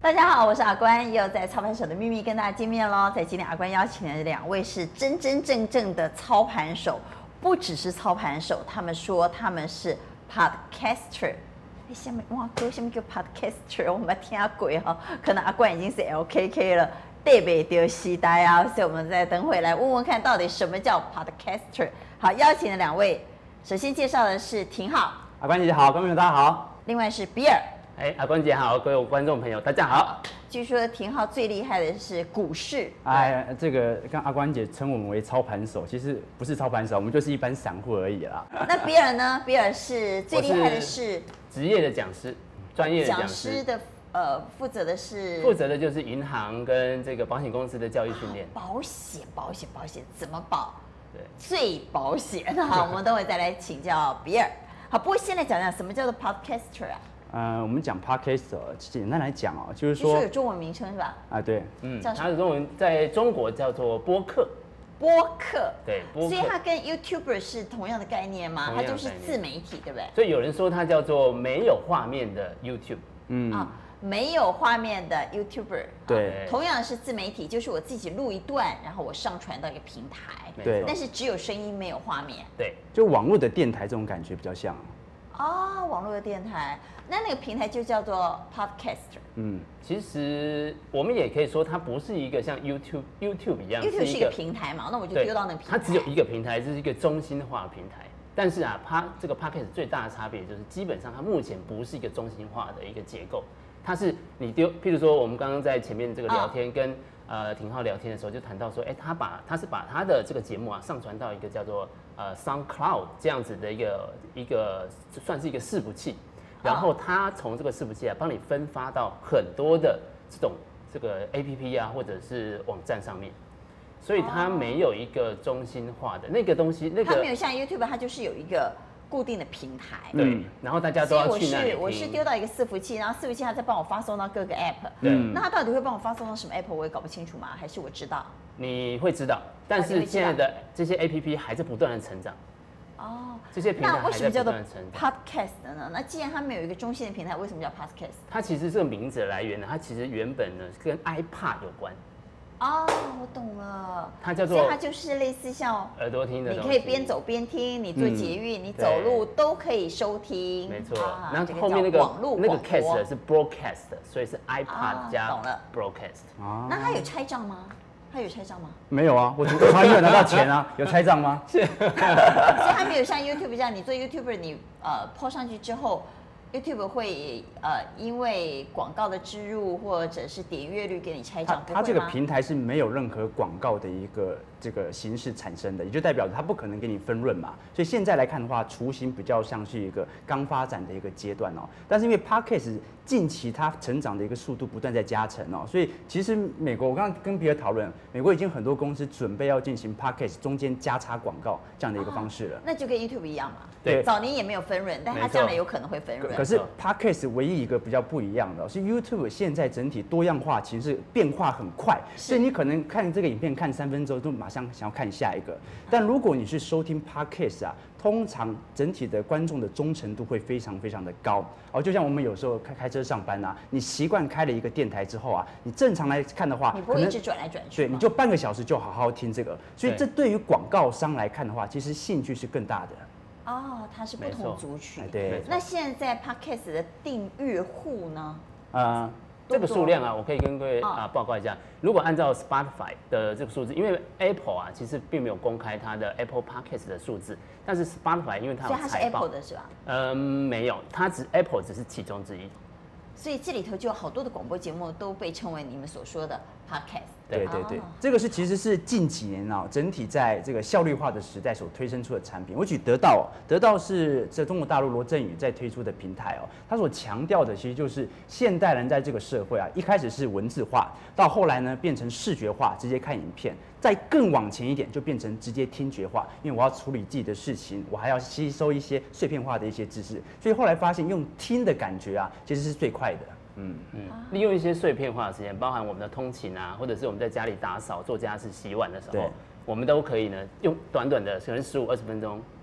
大家好，我是阿关，又在操盘手的秘密跟大家见面喽。在今天阿关邀请的两位是真正的操盘手，不只是操盘手，他们说他们是 podcaster。下面哇哥，下面叫 podcaster， 我们听下鬼哈，可能阿关已经是 LKK 了，对不对？时代啊，所以我们再等会来问问看，到底什么叫 podcaster。好，邀请的两位，首先介绍的是廷浩， 阿关姐好，观众朋友大家好。 另外是比尔。 阿关姐好，各位观众朋友大家好。 据说廷浩最厉害的是股市。 这个跟阿关姐称我们为操盘手，其实不是操盘手，我们就是一般散户而已啦。 那比尔呢？比尔是最厉害的是职业的讲师，专业的讲师的负责的就是银行跟这个保险公司的教育训练。 保险怎么保？ 对， 最保险。好，我们等会再来请教比尔。好，不过先来讲讲什么叫做 podcaster 啊？ 我们讲 podcast， 简单来讲哦，就是说有中文名称是吧？ 对，它的中文在中国叫做播客。 播客， 对，播客。 所以它跟 YouTuber 是同样的概念吗？它就是自媒体，对不对？ 所以有人说它叫做没有画面的 YouTube。 没有画面的 YouTuber， 对， 同样是自媒体，就是我自己录一段，然后我上传到一个平台， 对， 但是只有声音没有画面， 对，就网络的电台这种感觉比较像。 网络的电台，那个平台就叫做 podcaster。 其实我们也可以说，它不是一个像 YouTube 一样 ，YouTube 是一个平台嘛，那我就丢到那个平台。 它只有一个平台，这是一个中心化的平台。但是这个 podcast 最大的差别就是，基本上它目前不是一个中心化的一个结构，它是你譬如说我们刚刚在前面这个聊天跟廷浩聊天的时候，就谈到说，他是把他的这个节目上传到一个叫做SoundCloud 这样子的一个算是一个伺服器，然后他从这个伺服器帮你分发到很多的这个 APP 或者是网站上面，所以它没有一个中心化的那个东西，它没有像 YouTube， 它就是有一个固定的平台， 对，然后大家都要去那里听。 我是丢到一个伺服器，然后伺服器它再帮我发送到各个 App。 对， 那它到底会帮我发送到什么 App， 我也搞不清楚嘛？还是我知道？ 你会知道，但是现在的这些 APP 还在不断的成长。这些平台还在不断的成长。 那为什么叫做 Podcast 呢？那既然它没有一个中心的平台，为什么叫 Podcast？ 它其实这个名字的来源呢，它其实原本呢跟 iPad 有关。 我懂了。 它叫做， 所以它就是类似像耳朵听的东西， 你可以边走边听，你做捷运、你走路都可以收听。 没错。然后后面那个 cast 是 broadcast， 所以是 iPad 加 broadcast。 那它有拆账吗？ 没有啊，我从来没有拿到钱啊，有拆账吗？ 所以它没有像 YouTube 这样，你做 YouTuber 你po 上去之后。YouTube 会因为广告的植入或者是点阅率给你拆账， 它这个平台是没有任何广告的一个这个形式产生的，也就代表着它不可能给你分润嘛。所以现在来看的话，雏形比较像是一个刚发展的一个阶段哦。但是因为 Podcast 近期它成长的一个速度不断在加成哦，所以其实美国我刚刚跟比尔讨论，美国已经很多公司准备要进行 Podcast 中间加插广告这样的一个方式了。 那就跟 YouTube 一样嘛。 对， 早年也没有分润，但它将来有可能会分润。 可是 Podcast 唯一一个比较不一样的是 YouTube 现在整体多样化，其实变化很快，所以你可能看这个影片看3分钟都马上想要看下一个。但如果你是收听 Podcast 通常整体的观众的忠诚度会非常非常的高就像我们有时候开车上班你习惯开了一个电台之后你正常来看的话， 你不会一直转来转去， 对，你就半个小时就好好听这个。所以这对于广告商来看的话，其实兴趣是更大的。 它是不同族群。 对。 那现在 Podcast 的订阅户呢？ 这个数量我可以跟各位报告一下。如果按照 Spotify 的这个数字，因为 Apple 其实并没有公开它的 Apple Podcast 的数字，但是 Spotify 因为它有财报， 所以它是 Apple 的是吧？ 没有，Apple 只是其中之一。 所以这里头就有好多的广播节目都被称为你们所说的 Podcast。 对，这个其实是近几年整体在这个效率化的时代所推生出的产品。我举得到是在中国大陆罗振宇在推出的平台他所强调的其实就是现代人在这个社会一开始是文字化，到后来呢变成视觉化，直接看影片，再更往前一点就变成直接听觉化，因为我要处理自己的事情，我还要吸收一些碎片化的一些知识，所以后来发现用听的感觉其实是最快的。 利用一些碎片化的时间，包含我们的通勤或者是我们在家里打扫、做家事、洗碗的时候，我们都可以呢用短短的可能15-20分钟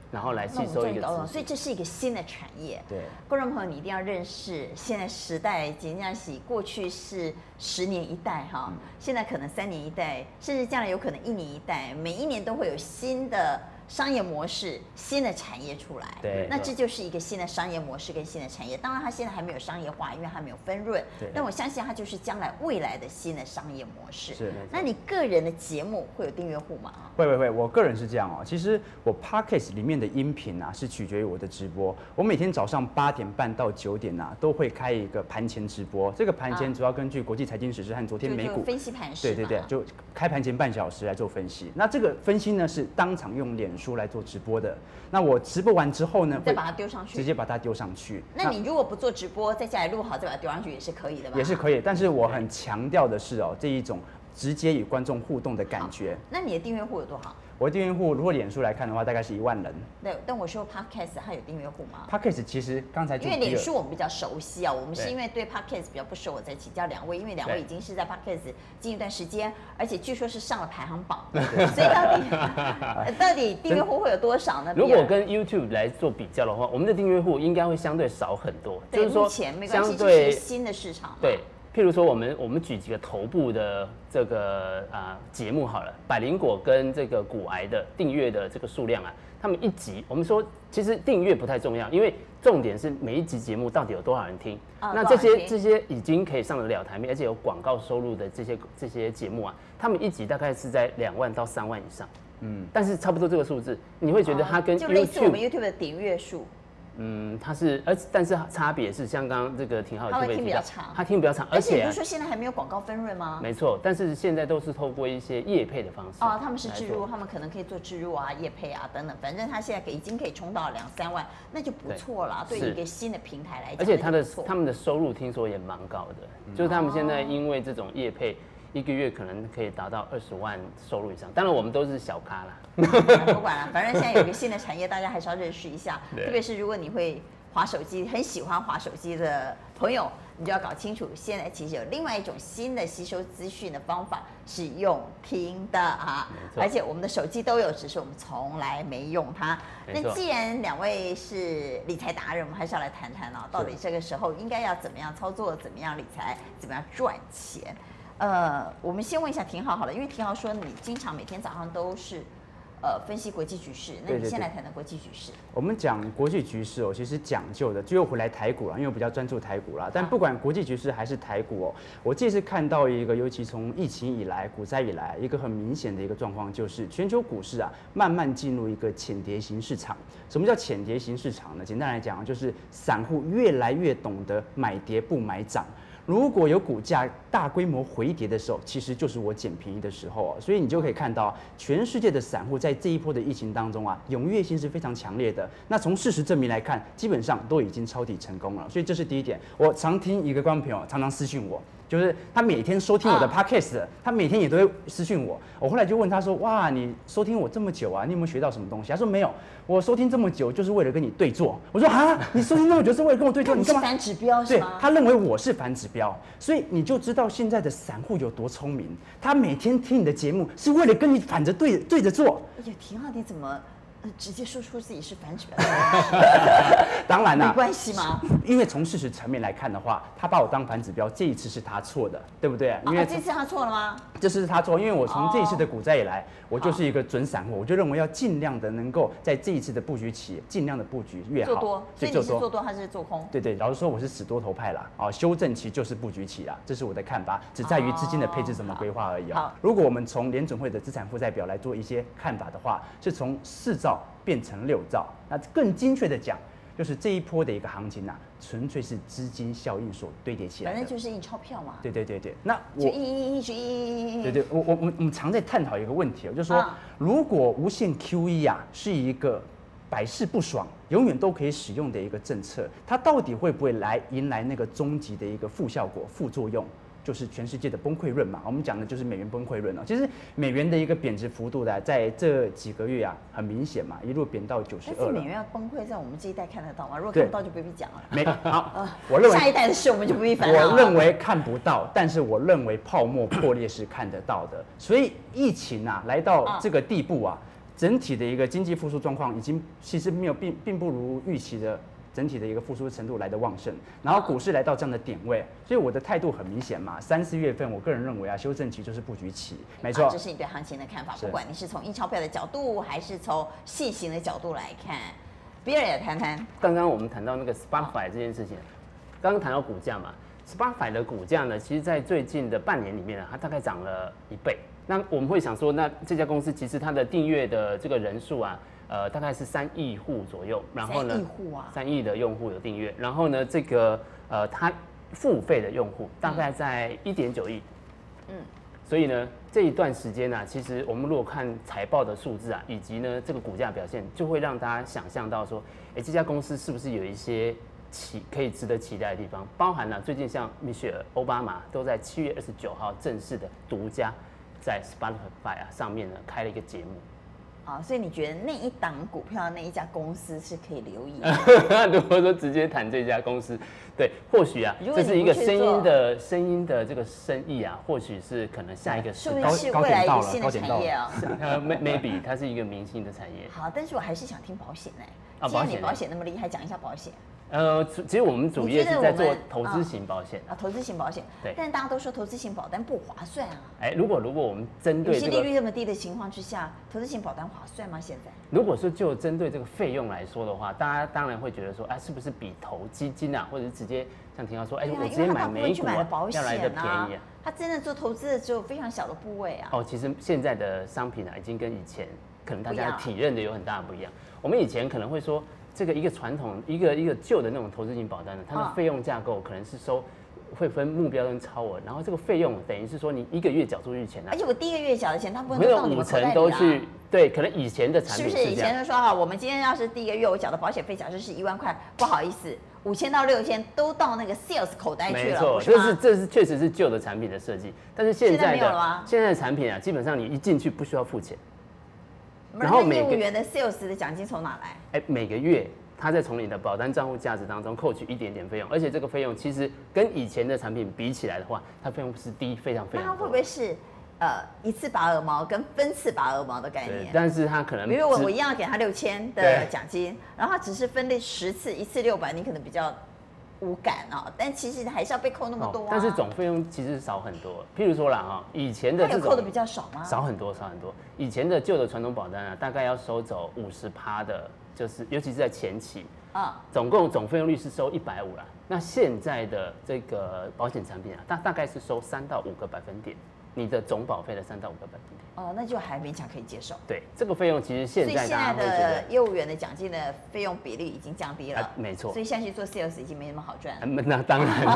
然后来吸收一个资讯。 所以这是一个新的产业。 对， 观众朋友，你一定要认识，现在时代简直是过去是10年一代哈，现在可能3年一代，甚至将来有可能1年一代，每一年都会有新的商业模式、新的产业出来。 对， 那这就是一个新的商业模式跟新的产业。当然，它现在还没有商业化，因为还没有分润。 对， 但我相信它就是将来未来的新的商业模式。 是。 那你个人的节目会有订阅户吗？ 会，我个人是这样哦。其实我 Podcast 里面的音频啊，是取决于我的直播。我每天早上8点半到9点啊，都会开一个盘前直播。这个盘前主要根据国际财经时事和昨天美股分析盘势。 对，就开盘前半小时来做分析。那这个分析呢，是当场用脸书来做直播的。那我直播完之后呢， 再把它丢上去， 直接把它丢上去。 那你如果不做直播，在家里录好再把它丢上去也是可以的吧？ 也是可以，但是我很强调的是哦，这一种直接与观众互动的感觉。 那你的订阅户有多少？ 我的订阅户如果脸书来看的话，大概是1万人。 对，但我说 Podcast 它有订阅户吗 ？Podcast 其实刚才因为脸书我们比较熟悉啊，我们是因为对 Podcast 比较不熟，我才请教2位，因为2位已经是在 Podcast 经营一段时间，而且据说是上了排行榜，所以到底订阅户会有多少呢？ 如果跟 YouTube 来做比较的话，我们的订阅户应该会相对少很多。 对，目前没关系，这是新的市场。 对。譬如说，我们举几个头部的这个节目好了，百灵果跟这个股癌的订阅的这个数量啊，他们一集，我们说其实订阅不太重要，因为重点是每一集节目到底有多少人听。那这些已经可以上得了台面，而且有广告收入的这些节目啊，他们一集大概是在2万到3万以上。但是差不多这个数字，你会觉得它跟 YouTube 就类似我们 YouTube 的点阅数。 它是，但是差别是像刚刚这个廷浩他会听比较长， 他听比较长， 而且你不是说现在还没有广告分润吗？ 没错，但是现在都是透过一些业配的方式。 他们是置入，他们可能可以做置入啊、业配啊等等，反正他现在已经可以冲到2、3万，那就不错啦。对一个新的平台来讲， 而且他们的收入听说也蛮高的，就是他们现在因为这种业配。1个月可能可以达到20万收入以上，当然我们都是小咖啦。 不管了，反正现在有一个新的产业，大家还是要认识一下。特别是如果你会滑手机，很喜欢滑手机的朋友，你就要搞清楚，现在其实有另外一种新的吸收资讯的方法，是用听的啊。而且我们的手机都有，只是我们从来没用它。那既然2位是理财达人，我们还是要来谈谈到底这个时候应该要怎么样操作，怎么样理财，怎么样赚钱。我们先问一下廷浩好了，因为廷浩说你经常每天早上都是分析国际局势，那你先来谈谈国际局势。 我们讲国际局势其实讲究的就又回来台股了，因为我比较专注台股啦。但不管国际局势还是台股我这次看到一个，尤其从疫情以来、股灾以来，一个很明显的一个状况，就是全球股市慢慢进入一个浅跌型市场。什么叫浅跌型市场呢？简单来讲，就是散户越来越懂得买跌不买涨。如果有股价大规模回跌的时候，其实就是我捡便宜的时候所以你就可以看到，全世界的散户在这一波的疫情当中踊跃性是非常强烈的。那从事实证明来看，基本上都已经抄底成功了。所以这是第一点。我常听一个观众朋友常常私讯我，就是他每天收听我的 podcast，他每天也都会私讯我。我后来就问他说：“哇，你收听我这么久你有没有学到什么东西？”他说：“没有，我收听这么久就是为了跟你对坐。”我说：“啊，你收听这么久是为了跟我对坐？你干嘛？” 反指标是吗？ 对，他认为我是反指标，所以你就知道现在的散户有多聪明。他每天听你的节目是为了跟你反着对着做。 也挺好，你怎么直接说出自己是反指标？ 当然啦， 没关系吗？ 因为从事实层面来看的话，他把我当反指标，这一次是他错的，对不对？因为这次他错了吗？ 这是他错，因为我从这一次的股灾以来，我就是一个准散户，我就认为要尽量的能够在这一次的布局期，尽量的布局越好。 做多，所以你是做多还是做空？ 对，老实说我是死多头派啦，修正期就是布局期啦，这是我的看法，只在于资金的配置怎么规划而已如果我们从联准会的资产负债表来做一些看法的话，是从4兆变成6兆，那更精确的讲，就是这一波的一个行情纯粹是资金效应所堆叠起来的， 反正就是印钞票嘛。 对，那就印。 对，我们常在探讨一个问题就是说，如果无限 QE 是一个百试不爽、永远都可以使用的一个政策，它到底会不会迎来那个终极的一个副效果、副作用？就是全世界的崩溃论嘛，我们讲的就是美元崩溃论其实美元的一个贬值幅度在这几个月很明显嘛，一路贬到92了。 但是美元要崩溃，在我们这一代看得到吗？如果看不到就不必讲了。 好，我认为下一代的事我们就不必烦恼。 我认为看不到，但是我认为泡沫破裂是看得到的。所以疫情来到这个地步整体的一个经济复苏状况已经其实没有并不如预期的整体的一个复苏程度来得旺盛，然后股市来到这样的点位，所以我的态度很明显嘛，3、4月份我个人认为啊，修正期就是布局期，没错。 这是你对行情的看法，不管你是从印钞票的角度，还是从现行的角度来看，比尔也谈谈。 刚刚我们谈到那个 Spotify 这件事情，刚刚谈到股价嘛 ，Spotify 的股价呢，其实在最近的半年里面呢，它大概涨了1倍。那我们会想说，那这家公司其实它的订阅的这个人数啊，大概是3亿户左右，然后呢 ，3亿户啊，3 亿的用户有订阅，然后呢，这个它付费的用户大概在1.9亿，所以呢，这一段时间呢，其实我们如果看财报的数字啊，以及呢这个股价表现，就会让大家想象到说，这家公司是不是有一些可以值得期待的地方，包含了最近像米歇尔·奥巴马都在7月29号正式的独家在 Spotify 上面呢开了一个节目。 所以你觉得那一档股票那一家公司是可以留意的？ 如果说直接谈这家公司，对，或许啊，这是一个声音的这个生意啊，或许是可能下一个是不是未来一个新的产业啊 ？Maybe 它是一个明星的产业。 好，但是我还是想听保险呢。 既然你保险那么厉害，讲一下保险。 其实我们主业是在做投资型保险投资型保险。对。但是大家都说投资型保单不划算啊。 如果我们针对利率这么低的情况之下，投资型保单划算吗？现在？ 如果说就针对这个费用来说的话，大家当然会觉得说，是不是比投基金啊，或者是直接像听到说，我直接买美股要来的便宜啊？ 他真的做投资的只有非常小的部位啊。 其实现在的商品啊，已经跟以前可能大家体认的有很大的不一样。我们以前可能会说。这个一个传统一个旧的那种投资型保单呢，它的费用架构可能是会分目标跟超额，然后这个费用等于是说你1个月缴出去钱而且我第1个月缴的钱，它不能到你们口袋里都去对，可能以前的产品是不是？以前就说我们今天要是第1个月我缴的保险费假设是1万块，不好意思，5000到6000都到那个 sales 口袋去了， 没错，这是确实是旧的产品的设计，但是现在的产品啊，基本上你一进去不需要付钱。 然后业务员的 sales 的奖金从哪来？ 每个月他再从你的保单账户价值当中扣取一点点费用，而且这个费用其实跟以前的产品比起来的话，它费用是低非常非常多。 那它会不会是一次拔耳毛跟分次拔耳毛的概念？ 但是它可能， 比如我一样要给他6000的奖金，然后它只是分类10次，一次600，你可能比较无感但其实还是要被扣那么多但是总费用其实少很多。譬如说啦以前的它有扣的比较少吗？ 少很多。以前的旧的传统保单啊，大概要收走50%的，就是尤其是在前期总费用率是收150啦。那现在的这个保险产品啊，它大概是收3到5个百分点，你的总保费的3到5个百分点。 那就还勉强可以接受。 对，这个费用其实现在大家会觉得， 所以现在的业务员的奖金的费用比例已经降低了， 没错。 所以下去做 sales 已经没那么好赚。 那当然。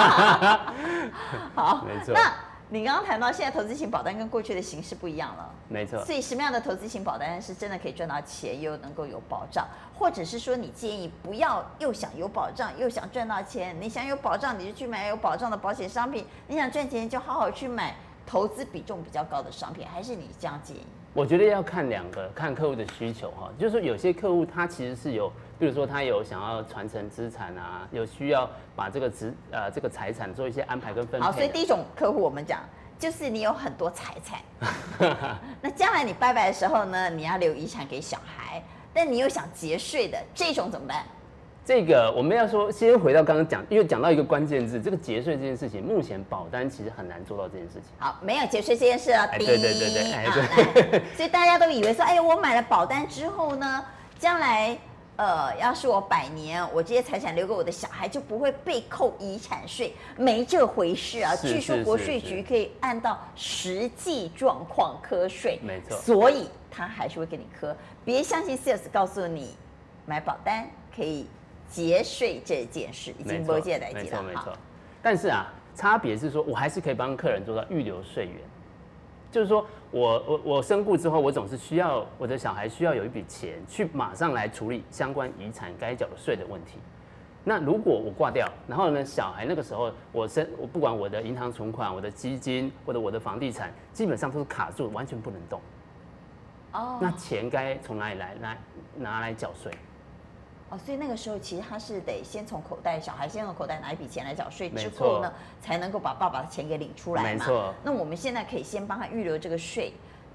好， 没错。 那你刚刚谈到现在投资型保单跟过去的形式不一样了， 没错。 所以什么样的投资型保单是真的可以赚到钱，又能够有保障，或者是说你建议不要又想有保障又想赚到钱，你想有保障你就去买有保障的保险商品，你想赚钱就好好去买投资比重比较高的商品，还是你这样建议？ 我觉得要看看客户的需求就是说有些客户他其实是有，比如说他有想要传承资产啊，有需要把这个财产做一些安排跟分配。 好，所以第一种客户我们讲就是你有很多财产，那将来你拜拜的时候呢，你要留遗产给小孩，但你又想节税的这种怎么办？ 这个我们要说，先回到刚刚讲，因为讲到一个关键字，这个节税这件事情，目前保单其实很难做到这件事情。 好，没有节税这件事啊。 对， 所以大家都以为说，我买了保单之后呢，将来要是我100年，我这些财产留给我的小孩，就不会被扣遗产税，没这回事啊。据说国税局可以按照实际状况课税， 没错。 所以他还是会给你课。别相信 sales 告诉你买保单可以节税这件事，已经没这来记了。 没错。但是差别是说，我还是可以帮客人做到预留税源，就是说我身故之后，我总是需要我的小孩需要有一笔钱去马上来处理相关遗产该缴的税的问题。那如果我挂掉，然后呢，小孩那个时候我不管我的银行存款、我的基金或者我的房地产，基本上都是卡住，完全不能动。那钱该从哪里来拿来缴税？ 所以那个时候其实他是得先从小孩先从口袋拿一笔钱来缴税，之后呢，才能够把爸爸的钱给领出来嘛。 没错。 那我们现在可以先帮他预留这个税，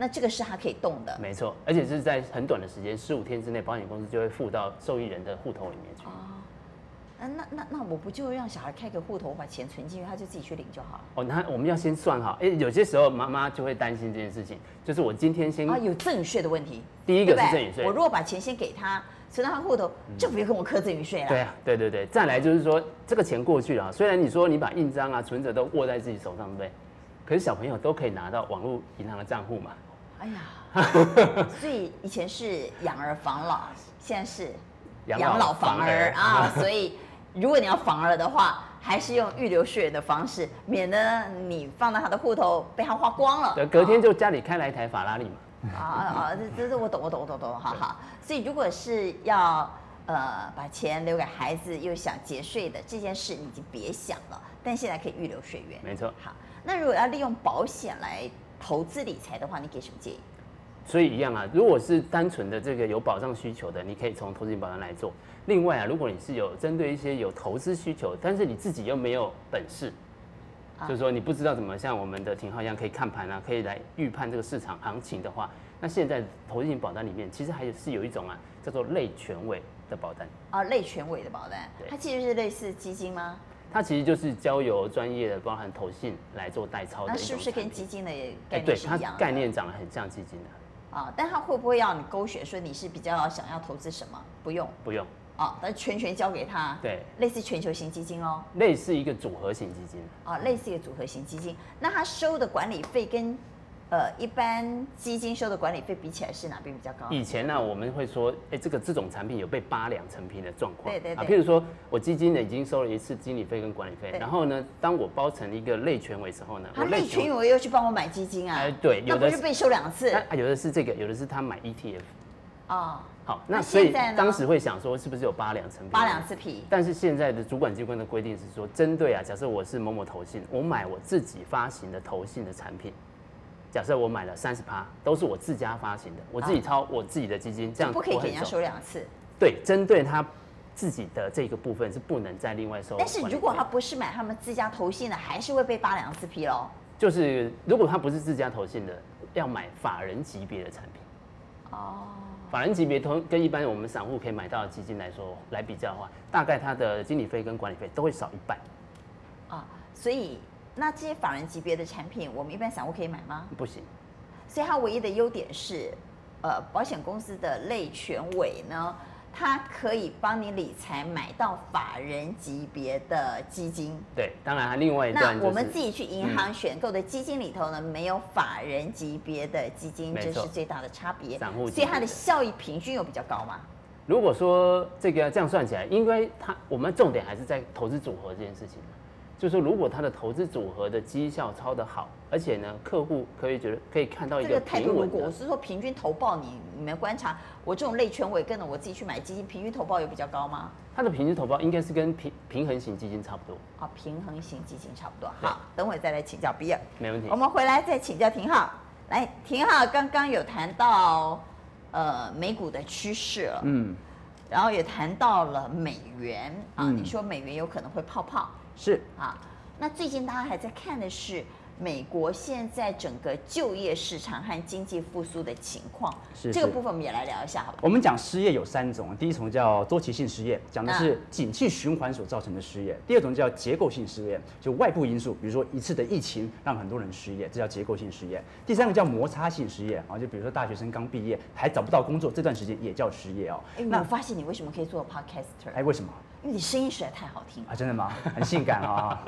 那这个是他可以动的。 没错，而且是在很短的时间，15天之内，保险公司就会付到受益人的户头里面去。 那我不就让小孩开个户头，把钱存进去，他就自己去领就好了。 哦，那我们要先算好。有些时候妈妈就会担心这件事情，就是我今天先有赠与税的问题。 第一个是赠与税， 我如果把钱先给他，存到他户头，政府又跟我课赠与税了。 对啊，对。再来就是说，这个钱过去了，虽然你说你把印章啊、存折都握在自己手上，对不对？可是小朋友都可以拿到网络银行的账户嘛。 哎呀，所以以前是养儿防老，现在是养老防儿啊。所以如果你要防儿的话，还是用预留税的方式，免得你放到他的户头被他花光了。 对，隔天就家里开来一台法拉利嘛。 这我懂，好。所以如果是要把钱留给孩子，又想节税的这件事，你已经别想了。但现在可以预留税源。 没错。 好，那如果要利用保险来投资理财的话，你给什么建议？ 所以一样啊，如果是单纯的这个有保障需求的，你可以从投资型保单来做。另外啊，如果你是有针对一些有投资需求，但是你自己又没有本事，就是说你不知道怎么像我们的廷浩一样可以看盘啊，可以来预判这个市场行情的话，那现在投资型保单里面其实还是有一种啊叫做类权委的保单。 类权委的保单，它其实是类似基金吗？ 它其实就是交由专业的，包含投信来做代操的一种产品。 那是不是跟基金的概念对， 是一样的？ 它概念长得很像基金的。 但它会不会要你勾选说你是比较想要投资什么？不用。但全交给他。 对， 类似全球型基金哦。 类似一个组合型基金。 类似一个组合型基金。那它收的管理费跟一般基金收的管理费比起来是哪边比较高？ 以前呢，我们会说，这种产品有被8两成平的状况。 对。 譬如说我基金呢已经收了一次经理费跟管理费，然后呢，当我包成一个类权委时候呢， 类权委又去帮我买基金啊？ 对，有的不是被收2次。 有的是这个，有的是他买 ETF。好，那所以现在当时会想说，是不是有8两成平？8 两次平。 但是现在的主管机关的规定是说，针对假设我是某某投信，我买我自己发行的投信的产品。假设我买了30%，都是我自家发行的，我自己抄我自己的基金，这样不可以给人家收2次。 对，针对他自己的这个部分是不能再另外收。 但是如果他不是买他们自家投信的，还是会被8两次批喽。 就是如果他不是自家投信的，要买法人级别的产品。法人级别跟一般我们散户可以买到的基金来比较的话，大概它的经理费跟管理费都会少1半。 所以。那这些法人级别的产品，我们一般散户可以买吗？ 不行。 所以它唯一的优点是，保险公司的类权委呢，它可以帮你理财买到法人级别的基金。 对，当然它另外一段那我们自己去银行选购的基金里头呢，没有法人级别的基金，这是最大的差别。 散户， 所以它的效益平均有比较高吗？ 如果说这样算起来，因为我们重点还是在投资组合这件事情。就是说，如果他的投资组合的绩效超得好，而且呢，客户可以看到一个态度。如果我是说平均投报，你们观察，我这种类权委跟着我自己去买基金，平均投报有比较高吗？ 它的平均投报应该是跟平衡型基金差不多。 平衡型基金差不多。好，等会再来请教比尔。 没问题。 我们回来再请教廷浩。来，廷浩刚刚有谈到美股的趋势了，然后也谈到了美元你说美元有可能会泡泡。 是那最近大家还在看的是美国现在整个就业市场和经济复苏的情况，这个部分我们也来聊一下，好吧？ 我们讲失业有3种，第一种叫周期性失业，讲的是景气循环所造成的失业；第二种叫结构性失业，就外部因素，比如说一次的疫情让很多人失业，这叫结构性失业；第三个叫摩擦性失业就比如说大学生刚毕业还找不到工作，这段时间也叫失业那我发现你为什么可以做 podcaster？ 为什么？ 因为你声音实在太好听真的吗？很性感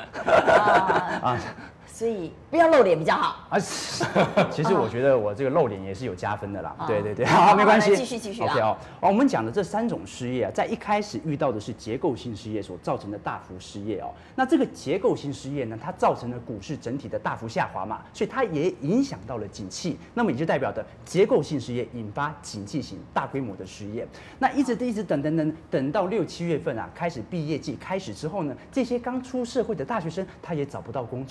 所以不要露脸比较好其实我觉得我这个露脸也是有加分的啦。对，好，没关系， 继续。 OK 我们讲的这3种失业在一开始遇到的是结构性失业所造成的大幅失业那这个结构性失业呢，它造成了股市整体的大幅下滑嘛，所以它也影响到了景气。那么也就代表的结构性失业引发景气型大规模的失业。那一直等到6、7月份开始毕业季开始之后呢，这些刚出社会的大学生他也找不到工作，所以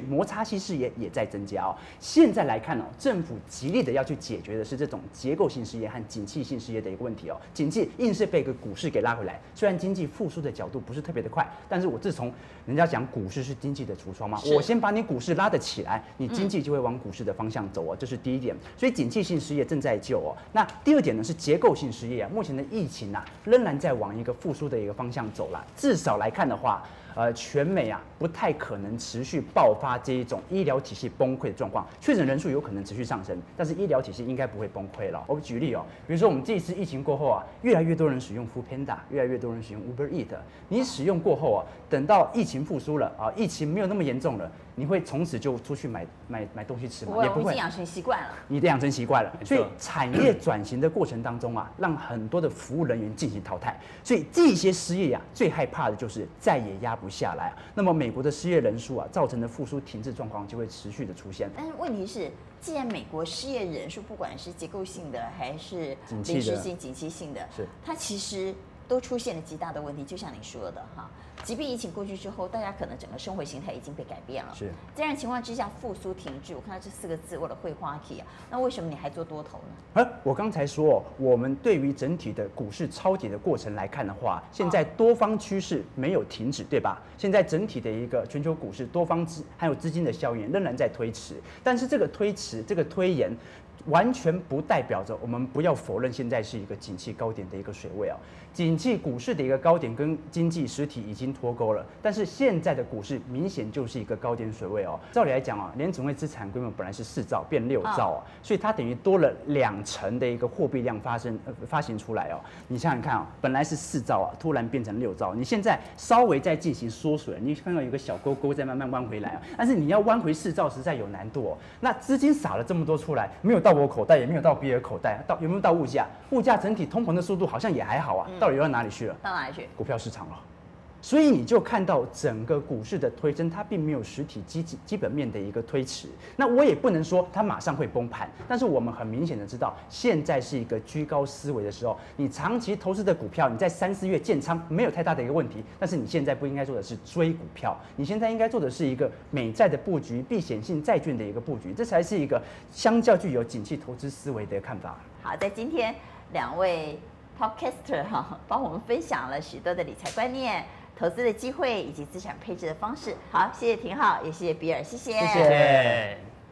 摩擦性失业也在增加哦。现在来看哦，政府极力的要去解决的是这种结构性失业和景气性失业的一个问题哦。景气硬是被一个股市给拉回来，虽然经济复苏的角度不是特别的快，但是我自从人家讲股市是经济的橱窗嘛，我先把你股市拉得起来，你经济就会往股市的方向走哦，这是第一点。所以景气性失业正在救哦。那第二点呢是结构性失业啊，目前的疫情啊仍然在往一个复苏的一个方向走啦。至少来看的话，全美啊不太可能持续爆发这一种医疗体系崩溃的状况，确诊人数有可能持续上升，但是医疗体系应该不会崩溃了。我举例哦，比如说我们这一次疫情过后啊，越来越多人使用 Foodpanda， 越来越多人使用 Uber Eat， 你使用过后啊，等到疫情复苏了啊，疫情没有那么严重了，你会从此就出去买东西吃吗？ 也不会，已经养成习惯了。 你的养成习惯了，所以产业转型的过程当中啊，让很多的服务人员进行淘汰，所以这些失业啊，最害怕的就是再也压不下来啊。那么美国的失业人数啊，造成的复苏停滞状况就会持续的出现。 但是问题是，既然美国失业人数不管是结构性的还是临时性、景气性的， 是它其实都出现了极大的问题。就像你说的哈，即便疫情过去之后，大家可能整个生活形态已经被改变了。 是这样的情况之下，复苏停滞，我看到这4个字，我的会花题啊，那为什么你还做多头呢？ 我刚才说，我们对于整体的股市抄底的过程来看的话，现在多方趋势没有停止，对吧？现在整体的一个全球股市多方还有资金的效应仍然在推迟，但是这个推迟、这个推延，完全不代表着我们不要否认现在是一个景气高点的一个水位哦。景气股市的一个高点跟经济实体已经脱钩了，但是现在的股市明显就是一个高点水位哦。照理来讲啊，联准会资产规模本来是4兆变6兆啊，所以它等于多了2成的一个货币量发行出来哦。你想想看啊，本来是4兆啊，突然变成6兆，你现在稍微在进行缩水，你看到有个小勾勾在慢慢弯回来啊，但是你要弯回4兆实在有难度哦。那资金撒了这么多出来，没有到我口袋，也没有到比尔口袋，有没有到物价？物价整体通膨的速度好像也还好啊。到底到哪里去了？ 到哪里去？ 股票市场了。所以你就看到整个股市的推升，它并没有实体基本面的一个推迟。那我也不能说它马上会崩盘，但是我们很明显的知道，现在是一个居高思维的时候。你长期投资的股票，你在3、4月建仓没有太大的一个问题，但是你现在不应该做的是追股票，你现在应该做的是一个美债的布局、避险性债券的一个布局，这才是一个相较具有景气投资思维的看法。 好，在今天2位 Podcaster 哈，帮我们分享了许多的理财观念、投资的机会以及资产配置的方式。好，谢谢廷浩，也谢谢比尔，谢谢。 谢谢。